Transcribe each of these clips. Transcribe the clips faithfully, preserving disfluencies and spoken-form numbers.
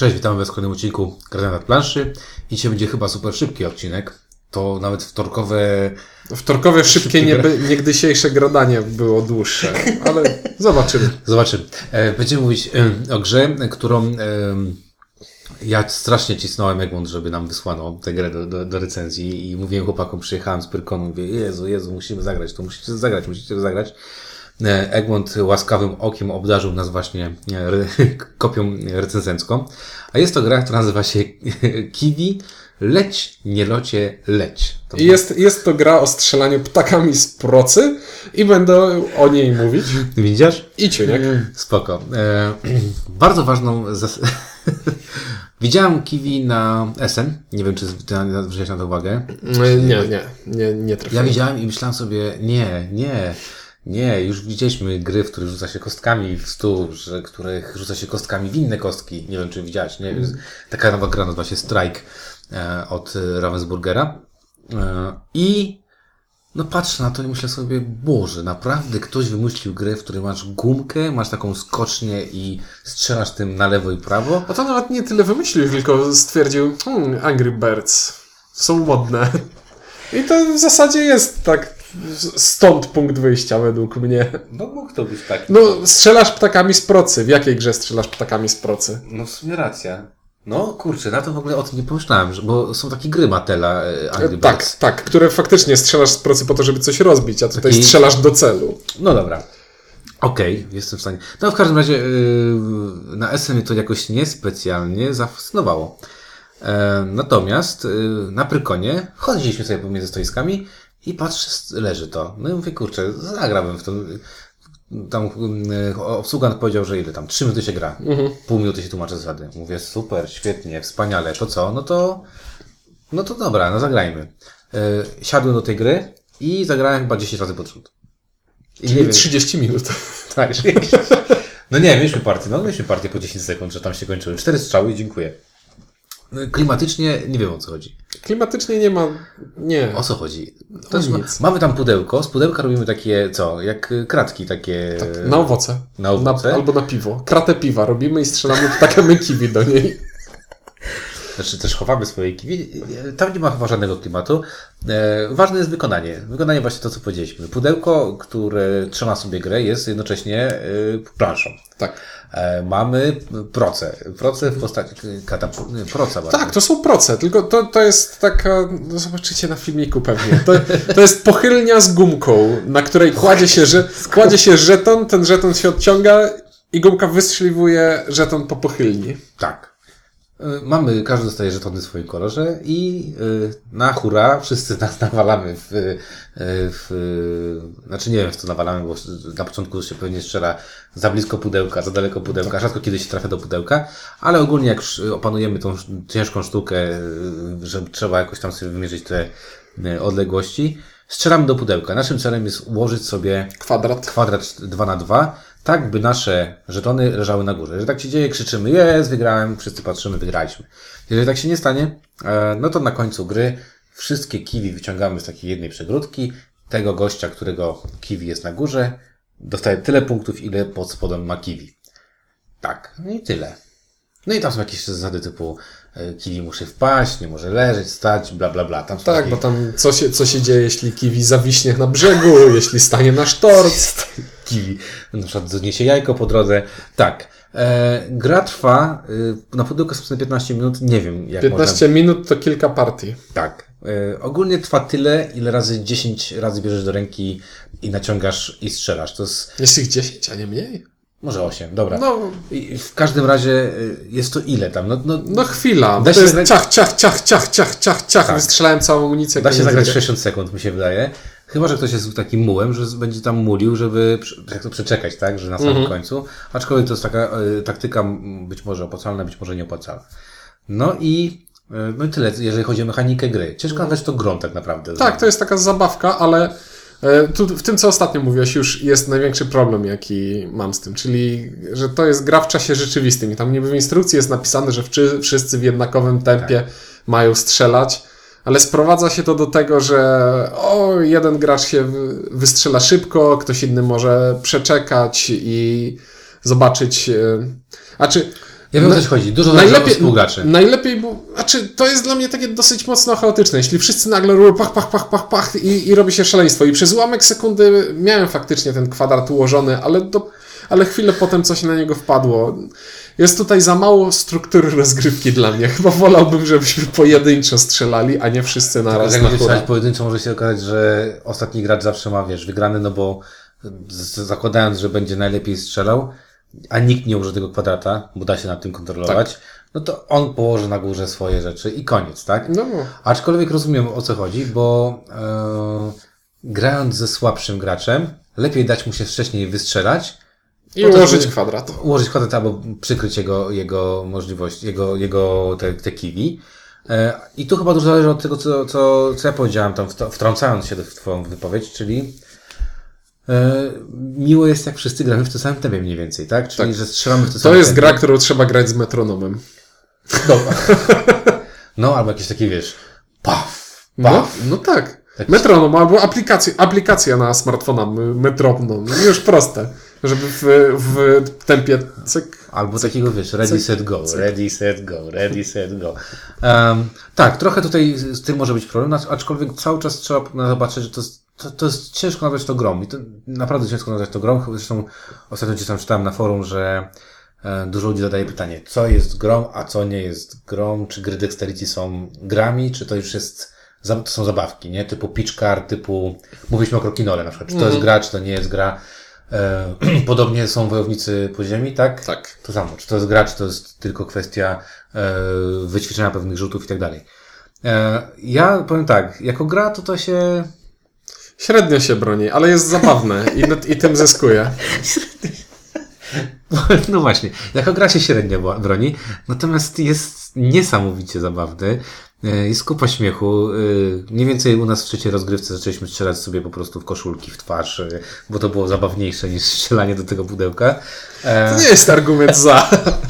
Cześć, witamy Was w kolejnym odcinku Grania nad planszy. I dzisiaj będzie chyba super szybki odcinek. To nawet wtorkowe... Wtorkowe szybkie, szybkie nie, niegdysiejsze gradanie było dłuższe, ale zobaczymy. Zobaczymy. Będziemy mówić o grze, którą ja strasznie cisnąłem Egmont, żeby nam wysłano tę grę do, do, do recenzji i mówiłem chłopakom, przyjechałem z Pyrkonu, mówię, Jezu, Jezu, musimy zagrać, to musicie zagrać, musicie zagrać. Egmont łaskawym okiem obdarzył nas właśnie kopią recenzencką. A jest to gra, która nazywa się Kiwi, leć, nie locie, leć. To I jest, jest to gra o strzelaniu ptakami z procy i będę o niej mówić. Widzisz? I ciuniek. Spoko. E, bardzo ważną... Zas- Widziałem Kiwi na S N. Nie wiem, czy wziąłeś na to uwagę. Nie, nie, nie, nie trafiłem. Ja widziałem i myślałem sobie, nie, nie... Nie, już widzieliśmy gry, w których rzuca się kostkami w stół, że których rzuca się kostkami w inne kostki. Nie wiem, czy widziałeś, nie? Mm. Taka nowa gra nazywa się Strike e, od Ravensburgera. E, I no patrzę na to i myślę sobie, Boże, naprawdę ktoś wymyślił grę, w której masz gumkę, masz taką skocznię i strzelasz tym na lewo i prawo. A to nawet nie tyle wymyślił, tylko stwierdził, hmm, Angry Birds są modne. I to w zasadzie jest tak... Stąd punkt wyjścia według mnie. No mógł to być tak. No strzelasz ptakami z procy. W jakiej grze strzelasz ptakami z procy? No w sumie racja. No kurczę, na to w ogóle o tym nie pomyślałem, bo są takie gry Matela, Angry Tak, Birds. tak, które faktycznie strzelasz z procy po to, żeby coś rozbić, a tutaj Taki... strzelasz do celu. No dobra. Okej, okay, jestem w stanie. No w każdym razie yy, na S M mnie to jakoś niespecjalnie zafascynowało. E, natomiast yy, na Pyrkonie chodziliśmy sobie pomiędzy stoiskami i patrzę, leży to. No i mówię, kurczę, zagrałbym w to. Tam obsługant powiedział, że ile tam? Trzy minuty się gra. Mhm. Pół minuty się tłumaczę zasady. Mówię, super, świetnie, wspaniale. To co? No to, no to dobra, no zagrajmy. Yy, siadłem do tej gry i zagrałem chyba dziesięć razy pod rząd. I Czyli nie wiem, trzydzieści minut. Tak, no nie, mieliśmy partię, no mieliśmy partię po dziesięć sekund, że tam się kończyły. Cztery strzały i dziękuję. Klimatycznie nie wiem, o co chodzi. Klimatycznie nie ma... Nie. O co chodzi? To jest, mamy tam pudełko. Z pudełka robimy takie, co? Jak kratki takie... Tak, na owoce. Na owoce. Na, albo na piwo. Kratę piwa robimy i strzelamy ptakami kiwi do niej. Znaczy też chowamy swoje kiwi. Tam nie ma chyba żadnego klimatu. E, ważne jest wykonanie. Wykonanie właśnie to, co powiedzieliśmy. Pudełko, które trzyma sobie grę, jest jednocześnie e, planszą. Tak. E, mamy proce. Proce w postaci katapulty. Proca bardzo. Tak, to są proce, tylko to, to jest taka, no zobaczycie na filmiku pewnie, to, to jest pochylnia z gumką, na której kładzie się, że, kładzie się żeton, ten żeton się odciąga i gumka wystrzeliwuje żeton po pochylni. Tak. Mamy, każdy dostaje żetony w swoim kolorze i na hura wszyscy nas nawalamy w, w, znaczy nie wiem w co nawalamy, bo na początku się pewnie strzela za blisko pudełka, za daleko pudełka, rzadko kiedy się trafia do pudełka, ale ogólnie jak opanujemy tą ciężką sztukę, że trzeba jakoś tam sobie wymierzyć te odległości, strzelamy do pudełka. Naszym celem jest ułożyć sobie kwadrat, kwadrat dwa na dwa, tak by nasze żetony leżały na górze. Jeżeli tak się dzieje, krzyczymy, jest, wygrałem, wszyscy patrzymy, wygraliśmy. Jeżeli tak się nie stanie, no to na końcu gry wszystkie kiwi wyciągamy z takiej jednej przegródki. Tego gościa, którego kiwi jest na górze, dostaje tyle punktów, ile pod spodem ma kiwi. Tak, no i tyle. No i tam są jakieś zasady typu kiwi musi wpaść, nie może leżeć, stać, bla bla bla. Tam są tak, takie... bo tam co się, co się dzieje, jeśli kiwi zawiśnie na brzegu, jeśli stanie na sztorc. Kiwi na przykład zniesie jajko po drodze. Tak. E, gra trwa, e, na pudełko jest piętnaście minut, nie wiem jak piętnaście można... minut to kilka partii. Tak. E, ogólnie trwa tyle, ile razy dziesięć razy bierzesz do ręki i naciągasz i strzelasz. To jest... Jest ich dziesięć, a nie mniej? Może osiem, dobra. No, I w każdym razie jest to ile tam? No, no, no chwila. Da to się jest zagrać... ciach, ciach, ciach, ciach, ciach, ciach, ciach. Tak. Wystrzelałem całą amunicję. Da się zagrać sześćdziesiąt sekund, mi się wydaje. Chyba że ktoś jest takim mułem, że będzie tam mulił, żeby jak to przeczekać, tak? Że na samym mhm. końcu. Aczkolwiek to jest taka y, taktyka być może opłacalna, być może nieopłacalna. No i y, no i tyle, jeżeli chodzi o mechanikę gry. Ciężko nazwać to grą tak naprawdę. Tak, to jest taka zabawka, ale tu, w tym, co ostatnio mówiłeś, już jest największy problem, jaki mam z tym, czyli, że to jest gra w czasie rzeczywistym i tam niby w instrukcji jest napisane, że wszyscy w jednakowym tempie tak. mają strzelać, ale sprowadza się to do tego, że o, jeden gracz się wystrzela szybko, ktoś inny może przeczekać i zobaczyć, a czy Ja wiem, o coś chodzi. Dużo najlepiej, współgraczy. Najlepiej, bo, znaczy, to jest dla mnie takie dosyć mocno chaotyczne. Jeśli wszyscy nagle robią pach, pach, pach, pach, pach i, i robi się szaleństwo. I przez ułamek sekundy miałem faktycznie ten kwadrat ułożony, ale, do, ale chwilę potem coś na niego wpadło. Jest tutaj za mało struktury rozgrywki dla mnie. Chyba wolałbym, żebyśmy pojedynczo strzelali, a nie wszyscy naraz. Jak na będziesz hura. strzelać pojedynczo, może się okazać, że ostatni gracz zawsze ma, wiesz, wygrany, no bo z- zakładając, że będzie najlepiej strzelał, a nikt nie użyje tego kwadrata, bo da się nad tym kontrolować, no to on położy na górze swoje rzeczy i koniec, tak? No, no. Aczkolwiek rozumiem, o co chodzi, bo e, grając ze słabszym graczem, lepiej dać mu się wcześniej wystrzelać I po to, ułożyć żeby kwadrat. Ułożyć kwadrat albo przykryć jego, jego możliwości, jego, jego te, te kiwi. E, I tu chyba dużo zależy od tego, co, co, co ja powiedziałem tam, wt- wtrącając się w twoją wypowiedź, czyli e, miło jest, jak wszyscy gramy w tym samym tempie mniej więcej, tak? Czyli, Tak. że strzelamy w tym To samym jest tempie. gra, którą trzeba grać z metronomem. Dobra. No, albo jakiś taki, wiesz, paf, No, paf. no tak. Taki- Metronom albo aplikacja, aplikacja na smartfona, m- metronom. Już proste. Żeby w, w tempie cyk. Albo takiego, wiesz, ready, cyk, set, go, cyk. ready, set, go, ready, set, go. Um, tak, trochę tutaj z tym może być problem, aczkolwiek cały czas trzeba zobaczyć, że to jest, to, to jest ciężko nazwać to grą i to naprawdę ciężko nazwać to grą. Zresztą ostatnio gdzieś tam czytałem na forum, że e, dużo ludzi zadaje pytanie, co jest grą, a co nie jest grą, czy gry Dexterity są grami, czy to już jest, za- to są zabawki, nie? Typu pitch card, typu, mówiliśmy o Krokinole na przykład, czy to jest gra, czy to nie jest gra. E, podobnie są Wojownicy Podziemi, tak? Tak. To samo, czy to jest gra, czy to jest tylko kwestia e, wyćwiczenia pewnych rzutów i tak dalej. E, ja powiem tak, jako gra to to się... Średnio się broni, ale jest zabawne i, i tym zyskuje. No właśnie, jako gra się średnio bo- broni, natomiast jest niesamowicie zabawny. E, Jest kupa śmiechu. E, Mniej więcej u nas w trzeciej rozgrywce zaczęliśmy strzelać sobie po prostu w koszulki, w twarz, e, bo to było zabawniejsze niż strzelanie do tego pudełka. E, To nie jest argument za.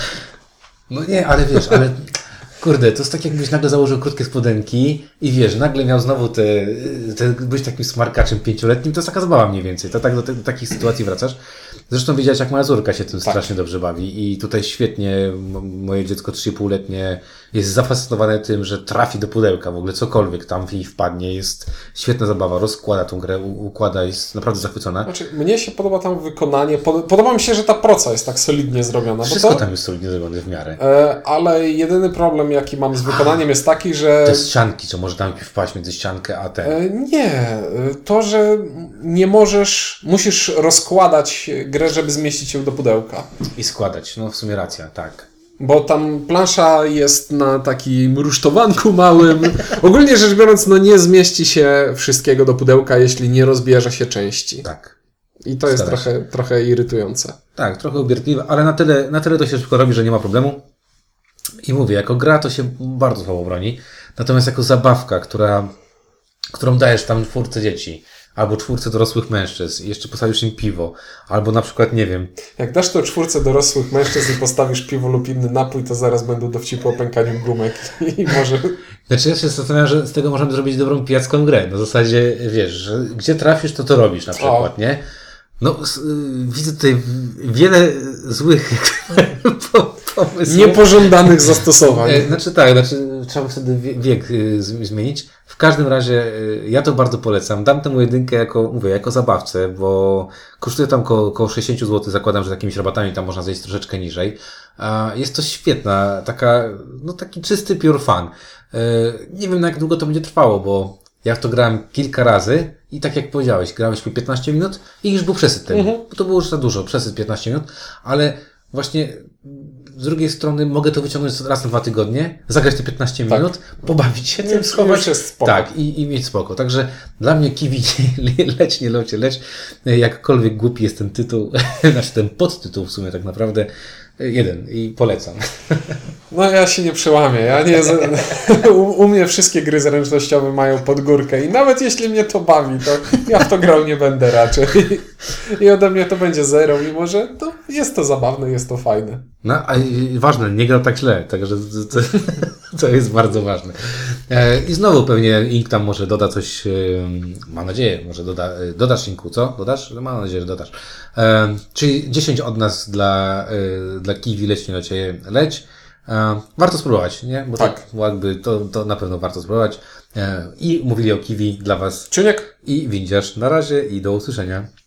No nie, ale wiesz, ale kurde, to jest tak jakbyś nagle założył krótkie spodenki i wiesz, nagle miał znowu te, te być takim smarkaczem pięcioletnim, to jest taka zabawa mniej więcej, to tak do, te, do takich sytuacji wracasz. Zresztą wiedziałeś, jak moja córka się tym Tak. strasznie dobrze bawi i tutaj świetnie m- moje dziecko trzy i pół letnie jest zafascynowane tym, że trafi do pudełka, w ogóle cokolwiek tam w jej wpadnie, jest świetna zabawa, rozkłada tą grę, u- układa, jest naprawdę zachwycona. Znaczy, mnie się podoba tam wykonanie. Pod, podoba mi się, że ta proca jest tak solidnie zrobiona. Wszystko bo to, tam jest solidnie zrobione w miarę. e, ale jedyny problem, jaki mam z wykonaniem, jest taki, że. Te ścianki, co może tam wpaść między ściankę a ten. E, Nie, e, to, że nie możesz, musisz rozkładać grę, żeby zmieścić ją do pudełka. I składać, no w sumie racja, tak. Bo tam plansza jest na takim rusztowanku małym. Ogólnie rzecz biorąc, no nie zmieści się wszystkiego do pudełka, jeśli nie rozbierze się części. Tak. I to jest Zgadza się. trochę, trochę irytujące. Tak, trochę ubierdliwe, ale na tyle, na tyle to się szybko robi, że nie ma problemu. I mówię, jako gra to się bardzo słabo broni. Natomiast jako zabawka, która, którą dajesz tam czwórce dzieci, albo czwórce dorosłych mężczyzn i jeszcze postawisz im piwo, albo na przykład, nie wiem, Jak dasz to czwórce dorosłych mężczyzn i postawisz piwo lub inny napój, to zaraz będą dowcipy o pękaniu gumek i może... Znaczy ja się zastanawiam, że z tego możemy zrobić dobrą pijacką grę. Na zasadzie, wiesz, że gdzie trafisz, to to robisz na przykład, nie? No, s- y, widzę tutaj w- wiele złych po- pomysłów. Niepożądanych zastosowań. E, Znaczy tak, znaczy trzeba wtedy wie- wiek y, z- zmienić. W każdym razie y, ja to bardzo polecam. Dam temu jedynkę jako, mówię, jako zabawcę, bo kosztuje tam około, około sześćdziesiąt złotych. Zakładam, że takimiś rabatami tam można zejść troszeczkę niżej. A jest to świetna, taka, no taki czysty pure fun. Y, Nie wiem na jak długo to będzie trwało, bo ja w to grałem kilka razy i tak jak powiedziałeś, grałeś mi piętnaście minut i już był przesyt tego. Mhm. Bo to było już za dużo, przesyt piętnaście minut, ale właśnie z drugiej strony mogę to wyciągnąć raz na dwa tygodnie, zagrać te piętnaście Tak. minut, pobawić się tym, Już- schować. już jest spoko. Tak, i, i mieć spoko. Także dla mnie kiwi nie leć, nie locie, leć. Jakkolwiek głupi jest ten tytuł, znaczy ten podtytuł w sumie tak naprawdę, jeden i polecam. No ja się nie przełamię. Ja nie, z- u, u mnie wszystkie gry zręcznościowe mają pod górkę i nawet jeśli mnie to bawi, to ja w to grał nie będę raczej. I ode mnie to będzie zero, mimo że to jest to zabawne, jest to fajne. No, a i- ważne, nie gra tak źle, także to, to, to jest bardzo ważne. E, I znowu pewnie Ink tam może doda coś, e, mam nadzieję, może doda, e, dodasz Inku, co? Dodasz? No, mam nadzieję, że dodasz. E, czyli dziesięć od nas dla, e, dla Kiwi, leć nie lecie, leć. E, warto spróbować, nie? Bo Tak. to, jakby to, to na pewno warto spróbować. E, I mówili o Kiwi dla Was Ciuniek? i Windziarz. Na razie i do usłyszenia.